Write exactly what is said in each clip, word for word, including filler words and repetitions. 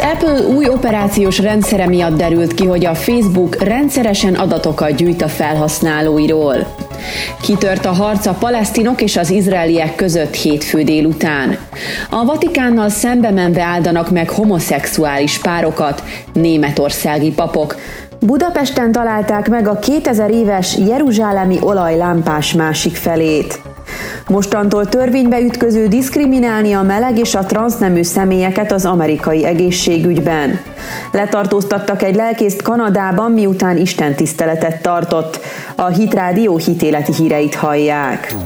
Apple új operációs rendszere miatt derült ki, hogy a Facebook rendszeresen adatokat gyűjt a felhasználóiról. Kitört a harc a palesztinok és az izraeliek között hétfő délután. A Vatikánnal szembe menve áldanak meg homoszexuális párokat németországi papok. Budapesten találták meg a kétezer éves jeruzsálemi olajlámpás másik felét. Mostantól törvénybe ütköző diszkriminálni a meleg és a transznemű személyeket az amerikai egészségügyben. Letartóztattak egy lelkészt Kanadában, miután istentiszteletet tartott. A Hit Rádió hitéleti híreit hallják.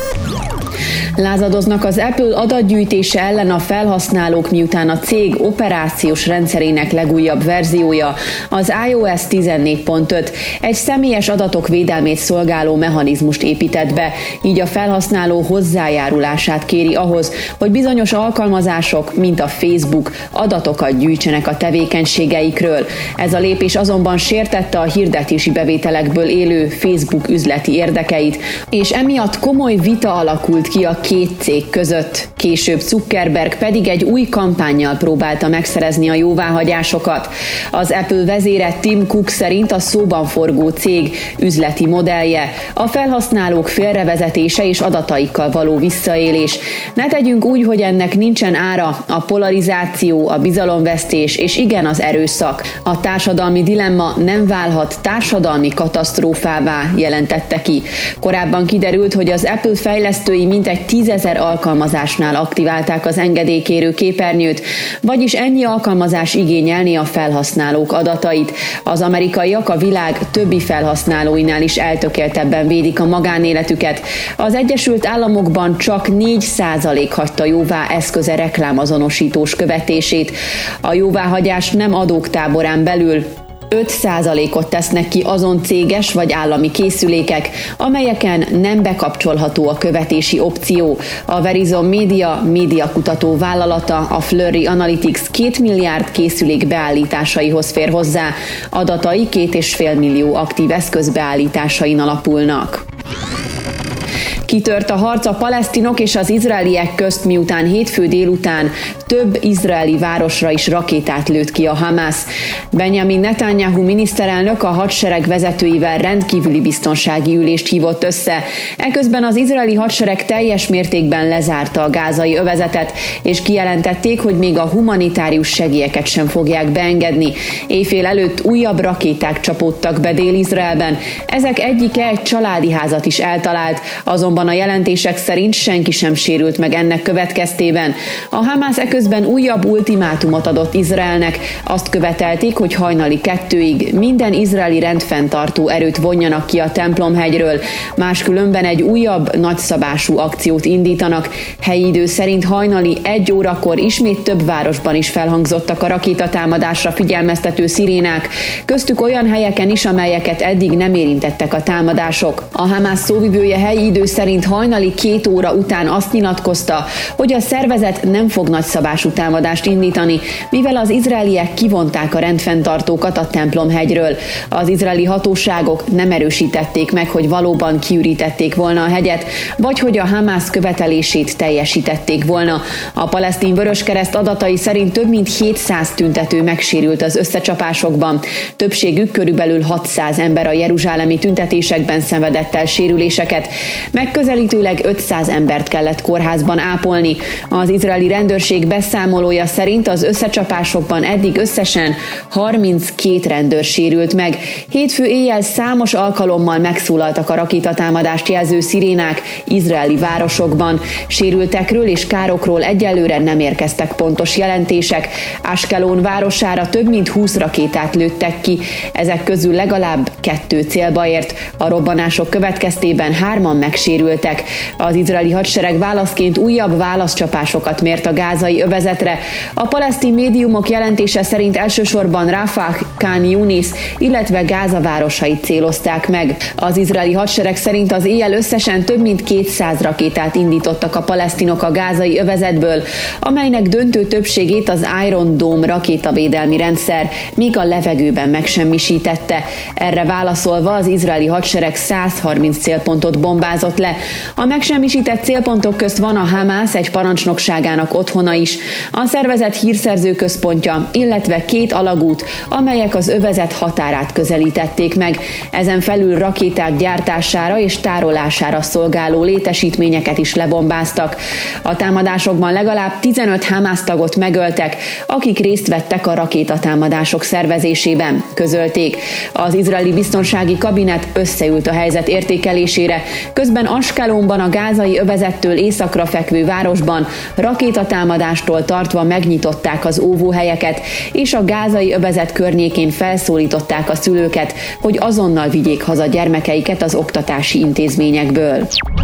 Lázadoznak az Apple adatgyűjtése ellen a felhasználók, miután a cég operációs rendszerének legújabb verziója, az iOS tizennégy pont öt egy személyes adatok védelmét szolgáló mechanizmust épített be, így a felhasználó hozzájárulását kéri ahhoz, hogy bizonyos alkalmazások, mint a Facebook, adatokat gyűjtsenek a tevékenységeikről. Ez a lépés azonban sértette a hirdetési bevételekből élő Facebook üzleti érdekeit, és emiatt komoly vita alakult ki a két cég között. Később Zuckerberg pedig egy új kampánnyal próbálta megszerezni a jóváhagyásokat. Az Apple vezére Tim Cook szerint a szóban forgó cég üzleti modellje a felhasználók félrevezetése és adataikkal való visszaélés. Ne tegyünk úgy, hogy ennek nincsen ára: a polarizáció, a bizalomvesztés és igen, az erőszak. A társadalmi dilemma nem válhat társadalmi katasztrófává, jelentette ki. Korábban kiderült, hogy az Apple fejlesztői mintegy tízezer alkalmazásnál aktiválták az engedélykérő képernyőt, vagyis ennyi alkalmazás igényelni a felhasználók adatait. Az amerikaiak a világ többi felhasználóinál is eltökéltebben védik a magánéletüket. Az Egyesült Államokban csak négy százalék hagyta jóvá eszköze reklámazonosítós követését. A jóváhagyás nem adók táborán belül öt százalékot tesznek ki azon céges vagy állami készülékek, amelyeken nem bekapcsolható a követési opció. A Verizon Media médiakutató vállalata, a Flurry Analytics két milliárd készülék beállításaihoz fér hozzá. Adatai két és fél millió aktív eszköz beállításain alapulnak. Kitört a harc a palesztinok és az izraeliek közt, miután hétfő délután több izraeli városra is rakétát lőtt ki a Hamász. Benjamin Netanyahu miniszterelnök a hadsereg vezetőivel rendkívüli biztonsági ülést hívott össze. Eközben az izraeli hadsereg teljes mértékben lezárta a gázai övezetet, és kijelentették, hogy még a humanitárius segélyeket sem fogják beengedni. Éjfél előtt újabb rakéták csapódtak be Dél-Izraelben. Ezek egyike egy családi házat is eltalált, azonban a jelentések szerint senki sem sérült meg ennek következtében. A Hamász eközben újabb ultimátumot adott Izraelnek. Azt követelték, hogy hajnali kettőig minden izraeli rendfenntartó erőt vonjanak ki a Templomhegyről, máskülönben egy újabb nagyszabású akciót indítanak. Helyi idő szerint hajnali egy órakor ismét több városban is felhangzottak a rakétatámadásra figyelmeztető szirénák, köztük olyan helyeken is, amelyeket eddig nem érintettek a támadások. A Hamász szóvivője helyi idő szerint hajnali két óra után azt nyilatkozta, hogy a szervezet nem fog nagyszabású támadást indítani, mivel az izraeliek kivonták a rendfenntartókat a Templomhegyről. Az izraeli hatóságok nem erősítették meg, hogy valóban kiürítették volna a hegyet, vagy hogy a Hamász követelését teljesítették volna. A palesztin Vöröskereszt adatai szerint több mint hétszáz tüntető megsérült az összecsapásokban. Többségük, körülbelül hatszáz ember a jeruzsálemi tüntetésekben szenvedett el sérüléseket. Megközelítőleg ötszáz embert kellett kórházban ápolni. Az izraeli rendőrség beszámolója szerint az összecsapásokban eddig összesen harminckét rendőr sérült meg. Hétfő éjjel számos alkalommal megszólaltak a rakétatámadást jelző szirénák izraeli városokban. Sérültekről és károkról egyelőre nem érkeztek pontos jelentések. Askelón városára több mint húsz rakétát lőttek ki, ezek közül legalább kettő célba ért. A robbanások következtében hárman megsérültek. Az izraeli hadsereg válaszként újabb válaszcsapásokat mért a gázai övezetre. A palesztin médiumok jelentése szerint elsősorban Rafah, Khan Yunis, illetve Gáza városait célozták meg. Az izraeli hadsereg szerint az éjjel összesen több mint kétszáz rakétát indítottak a palesztinok a gázai övezetből, amelynek döntő többségét az Iron Dome rakétavédelmi rendszer még a levegőben megsemmisítette. Erre válaszolva az izraeli hadsereg száz harminc célpontot bombázott le. A megsemmisített célpontok közt van a Hamász egy parancsnokságának otthona is, a szervezet hírszerző központja, illetve két alagút, amelyek az övezet határát közelítették meg. Ezen felül rakéták gyártására és tárolására szolgáló létesítményeket is lebombáztak. A támadásokban legalább tizenöt Hamász tagot megöltek, akik részt vettek a rakétatámadások szervezésében, közölték. Az izraeli biztonsági kabinet összeült a helyzet értékelésére, közben Askelonban, a gázai övezettől északra fekvő városban rakétatámadástól tartva megnyitották az óvóhelyeket, és a gázai övezet környékén felszólították a szülőket, hogy azonnal vigyék haza gyermekeiket az oktatási intézményekből.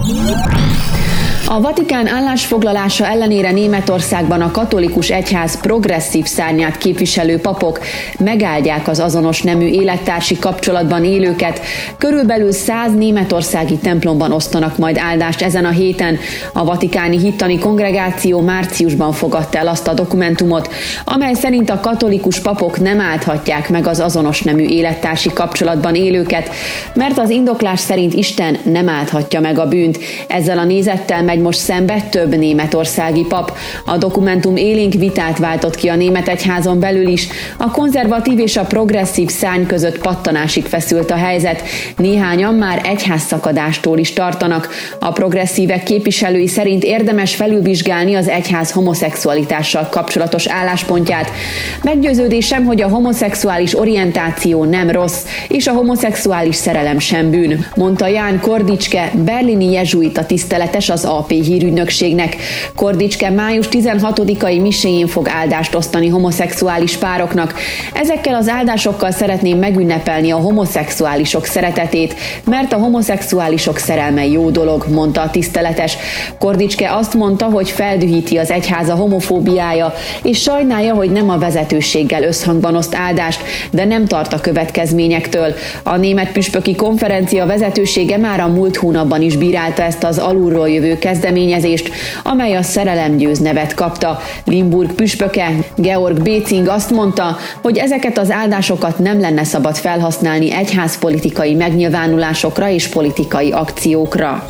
A Vatikán állásfoglalása ellenére Németországban a katolikus egyház progresszív szárnyát képviselő papok megáldják az azonos nemű élettársi kapcsolatban élőket. Körülbelül száz németországi templomban osztanak majd áldást ezen a héten. A vatikáni hittani kongregáció márciusban fogadta el azt a dokumentumot, amely szerint a katolikus papok nem áldhatják meg az azonos nemű élettársi kapcsolatban élőket, mert az indoklás szerint Isten nem áldhatja meg a bűnt. Ezzel a nézettel megy most szembe több németországi pap. A dokumentum élénk vitát váltott ki a német egyházon belül is. A konzervatív és a progresszív szárny között pattanásig feszült a helyzet. Néhányan már egyházszakadástól is tartanak. A progresszívek képviselői szerint érdemes felülvizsgálni az egyház homoszexualitással kapcsolatos álláspontját. Meggyőződésem, hogy a homoszexuális orientáció nem rossz, és a homoszexuális szerelem sem bűn, mondta Ján Kordicske, berlini jezsuita tiszteletes az á pé hírügynökségnek. Kordicske május tizenhatodikai miséjén fog áldást osztani homoszexuális pároknak. Ezekkel az áldásokkal szeretném megünnepelni a homoszexuálisok szeretetét, mert a homoszexuálisok szerelme jó dolog, mondta a tiszteletes. Kordicske azt mondta, hogy feldühíti az egyház a homofóbiája, és sajnálja, hogy nem a vezetőséggel összhangban oszt áldást, de nem tart a következményektől. A német püspöki konferencia vezetősége már a múlt hónapban is bírálta ezt az alulról jövő kezdeményezést, amely a Szerelem győz nevet kapta. Limburg püspöke, Georg Bécing azt mondta, hogy ezeket az áldásokat nem lenne szabad felhasználni egyházpolitikai megnyilvánulásokra és politikai akciókra.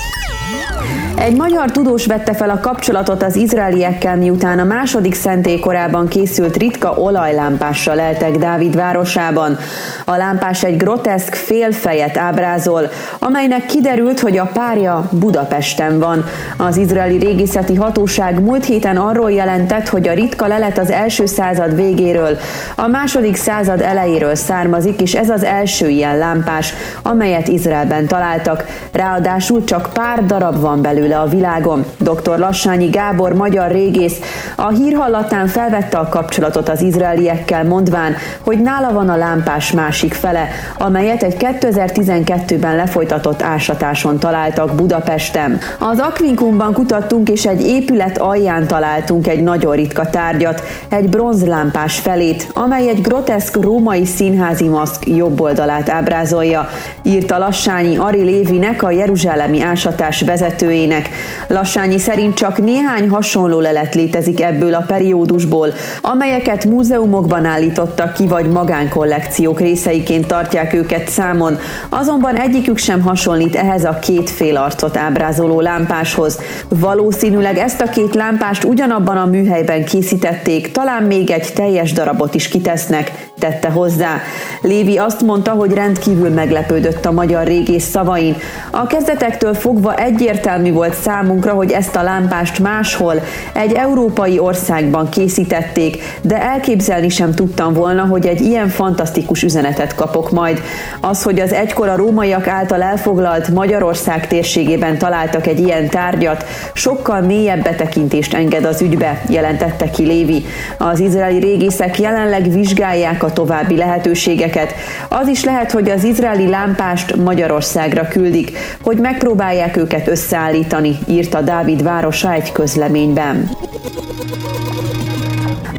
Egy magyar tudós vette fel a kapcsolatot az izraeliekkel, miután a második szentély korában készült ritka olajlámpással leltek Dávid városában. A lámpás egy groteszk félfejet ábrázol, amelynek kiderült, hogy a párja Budapesten van. Az izraeli régészeti hatóság múlt héten arról jelentett, hogy a ritka lelet az első század végéről, a második század elejéről származik, és ez az első ilyen lámpás, amelyet Izraelben találtak. Ráadásul csak pár darab van belőle a világon. doktor Lassányi Gábor, magyar régész, a hír hallatán felvette a kapcsolatot az izraeliekkel, mondván, hogy nála van a lámpás másik fele, amelyet egy kétezer-tizenkettőben lefolytatott ásatáson találtak Budapesten. Az Aquincumban kutattunk, és egy épület alján találtunk egy nagyon ritka tárgyat, egy bronzlámpás felét, amely egy groteszk római színházi maszk jobb oldalát ábrázolja, írta Lassányi Ari Lévinek, a jeruzsálemi ásatás vezetőjének. Lassányi szerint csak néhány hasonló lelet létezik ebből a periódusból, amelyeket múzeumokban állítottak ki, vagy magánkollekciók részeiként tartják őket számon, azonban egyikük sem hasonlít ehhez a két fél arcot ábrázoló lámpáshoz. Valószínűleg ezt a két lámpást ugyanabban a műhelyben készítették, talán még egy teljes darabot is kitesznek, tette hozzá. Lévi azt mondta, hogy rendkívül meglepődött a magyar régész szavain. A kezdetektől fogva egyértelmű volt számunkra, hogy ezt a lámpást máshol, egy európai országban készítették, de elképzelni sem tudtam volna, hogy egy ilyen fantasztikus üzenetet kapok majd. Az, hogy az egykor a rómaiak által elfoglalt Magyarország térségében találtak egy ilyen tárgyat, sokkal mélyebb betekintést enged az ügybe, jelentette ki Lévi. Az izraeli régészek jelenleg vizsgálják a további lehetőségeket. Az is lehet, hogy az izraeli lámpást Magyarországra küldik, hogy megpróbálják őket összeállítani, írta Dávid városa egy közleményben.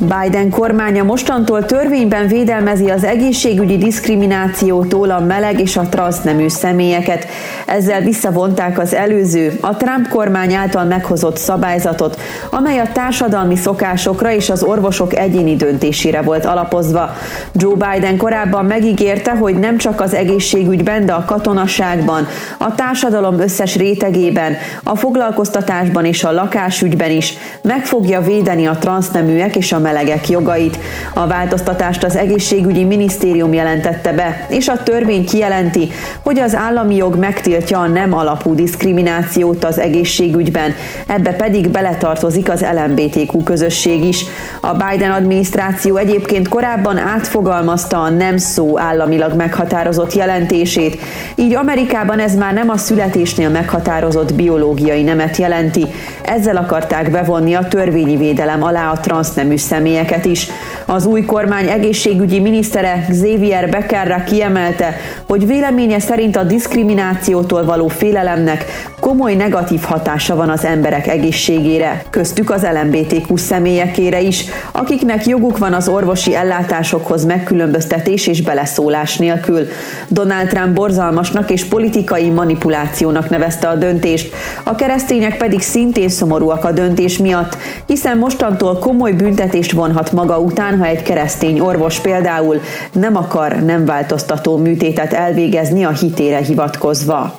Biden kormánya mostantól törvényben védelmezi az egészségügyi diszkriminációtól a meleg és a transznemű személyeket. Ezzel visszavonták az előző, a Trump kormány által meghozott szabályzatot, amely a társadalmi szokásokra és az orvosok egyéni döntésére volt alapozva. Joe Biden korábban megígérte, hogy nem csak az egészségügyben, de a katonaságban, a társadalom összes rétegében, a foglalkoztatásban és a lakásügyben is meg fogja védeni a transzneműek és a melegek jogait. A változtatást az egészségügyi minisztérium jelentette be, és a törvény kijelenti, hogy az állami jog megtiltja a nem alapú diszkriminációt az egészségügyben, ebbe pedig beletartozik az el em bé té kú közösség is. A Biden adminisztráció egyébként korábban átfogalmazta a nem szó államilag meghatározott jelentését, így Amerikában ez már nem a születésnél meghatározott biológiai nemet jelenti. Ezzel akarták bevonni a törvényi védelem alá a transznemű személyeket is. Az új kormány egészségügyi minisztere Xavier Becerra kiemelte, hogy véleménye szerint a diszkriminációtól való félelemnek komoly negatív hatása van az emberek egészségére, köztük az el em bé té kú személyekére is, akiknek joguk van az orvosi ellátásokhoz megkülönböztetés és beleszólás nélkül. Donald Trump borzalmasnak és politikai manipulációnak nevezte a döntést, a keresztények pedig szintén szomorúak a döntés miatt, hiszen mostantól komoly büntetést vonhat maga után, ha egy keresztény orvos például nem akar nem változtató műtétet elvégezni a hitére hivatkozva.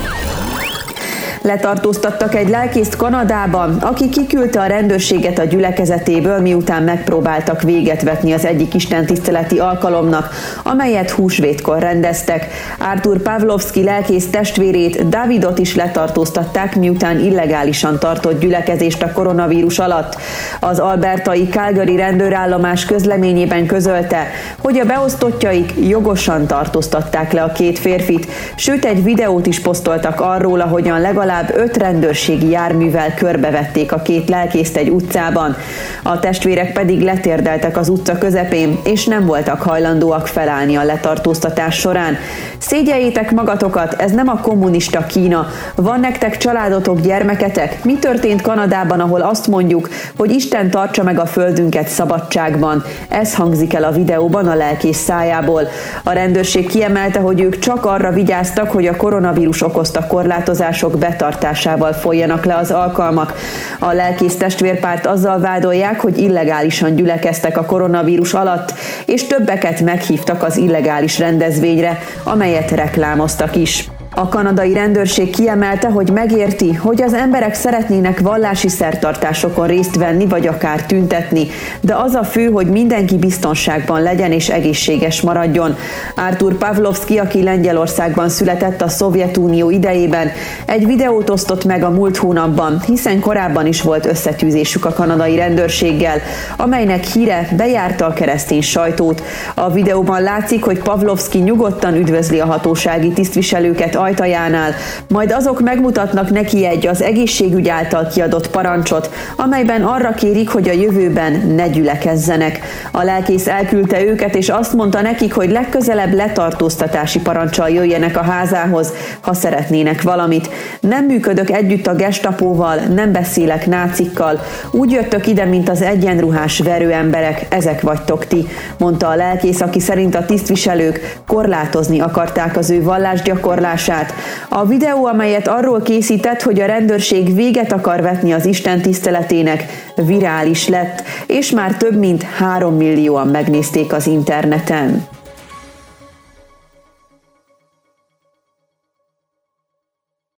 Letartóztattak egy lelkészt Kanadában, aki kiküldte a rendőrséget a gyülekezetéből, miután megpróbáltak véget vetni az egyik istentiszteleti alkalomnak, amelyet húsvétkor rendeztek. Artur Pavlovski lelkész testvérét, Davidot is letartóztatták, miután illegálisan tartott gyülekezést a koronavírus alatt. Az albertai Calgary rendőrállomás közleményében közölte, hogy a beosztottjaik jogosan tartóztatták le a két férfit, sőt egy videót is posztoltak arról, ahogyan legalább öt rendőrségi járművel körbevették a két lelkészt egy utcában. A testvérek pedig letérdeltek az utca közepén, és nem voltak hajlandóak felállni a letartóztatás során. Szégyeljétek magatokat, ez nem a kommunista Kína. Van nektek családotok, gyermeketek? Mi történt Kanadában, ahol azt mondjuk, hogy Isten tartsa meg a földünket szabadságban? Ez hangzik el a videóban a lelkész szájából. A rendőrség kiemelte, hogy ők csak arra vigyáztak, hogy a koronavírus okozta korlátozások betartásával folyjanak le az alkalmak. A lelkész testvérpárt azzal vádolják, hogy illegálisan gyülekeztek a koronavírus alatt, és többeket meghívtak az illegális rendezvényre, amelyet reklámoztak is. A kanadai rendőrség kiemelte, hogy megérti, hogy az emberek szeretnének vallási szertartásokon részt venni, vagy akár tüntetni, de az a fő, hogy mindenki biztonságban legyen és egészséges maradjon. Artur Pavlovski, aki Lengyelországban született a Szovjetunió idejében, egy videót osztott meg a múlt hónapban, hiszen korábban is volt összetűzésük a kanadai rendőrséggel, amelynek híre bejárta a keresztény sajtót. A videóban látszik, hogy Pavlovski nyugodtan üdvözli a hatósági tisztviselőket ajtajánál, majd azok megmutatnak neki egy az egészségügy által kiadott parancsot, amelyben arra kérik, hogy a jövőben ne gyülekezzenek. A lelkész elküldte őket, és azt mondta nekik, hogy legközelebb letartóztatási parancsal jöjjenek a házához, ha szeretnének valamit. Nem működök együtt a gestapóval, nem beszélek nácikkal, úgy jöttök ide, mint az egyenruhás verőemberek, ezek vagytok ti, mondta a lelkész, aki szerint a tisztviselők korlátozni akarták az ő vallásgyakorlását. A videó, amelyet arról készített, hogy a rendőrség véget akar vetni az Isten tiszteletének, virális lett, és már több mint három millióan megnézték az interneten.